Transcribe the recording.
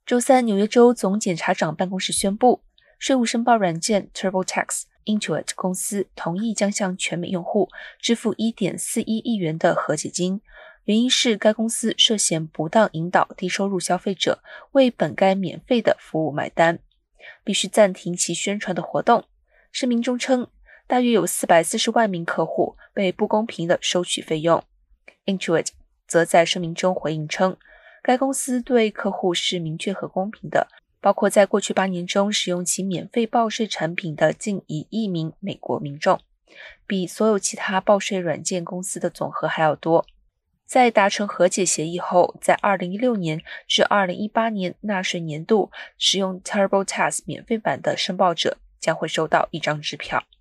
周三，纽约州总检察长办公室宣布，税务申报软件 TurboTax Intuit 公司同意将向全美用户支付1.41亿元的和解金，原因是该公司涉嫌不当引导低收入消费者为本该免费的服务买单，必须暂停其宣传的活动。声明中称，大约有440万名客户被不公平地收取费用。Intuit 则在声明中回应称，该公司对客户是明确和公平的，包括在过去8年中使用其免费报税产品的近1亿名美国民众，比所有其他报税软件公司的总和还要多。在达成和解协议后，在2016年至2018年纳税年度使用 TurboTax 免费版的申报者将会收到一张支票。